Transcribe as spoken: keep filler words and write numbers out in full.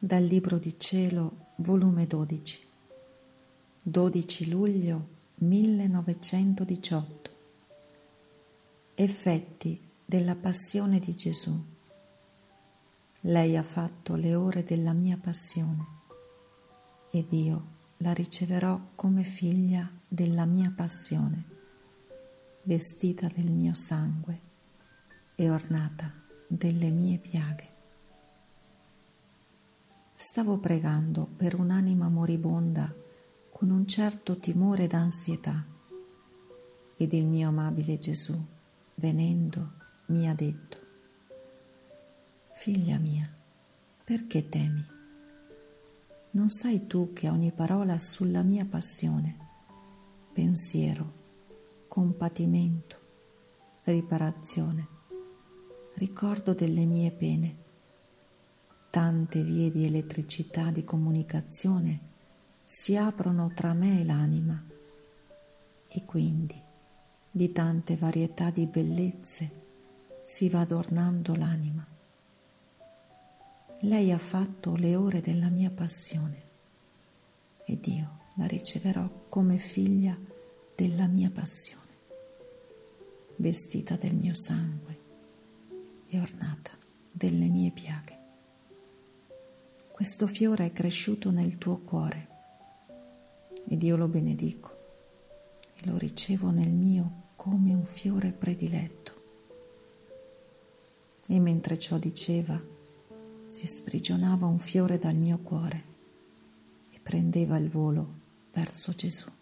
Dal Libro di Cielo, volume dodici, dodici luglio millenovecentodiciotto. Effetti della passione di Gesù. Lei ha fatto le ore della mia passione ed io la riceverò come figlia della mia passione, vestita del mio sangue e ornata delle mie piaghe. Stavo pregando per un'anima moribonda con un certo timore d'ansietà ed il mio amabile Gesù, venendo, mi ha detto: «Figlia mia, perché temi? Non sai tu che ogni parola sulla mia passione, pensiero, compatimento, riparazione, ricordo delle mie pene, tante vie di elettricità di comunicazione si aprono tra me e l'anima e quindi di tante varietà di bellezze si va adornando l'anima. Lei ha fatto le ore della mia passione ed io la riceverò come figlia della mia passione, vestita del mio sangue e ornata delle mie piaghe. Questo fiore è cresciuto nel tuo cuore ed io lo benedico e lo ricevo nel mio come un fiore prediletto». E mentre ciò diceva, si sprigionava un fiore dal mio cuore e prendeva il volo verso Gesù.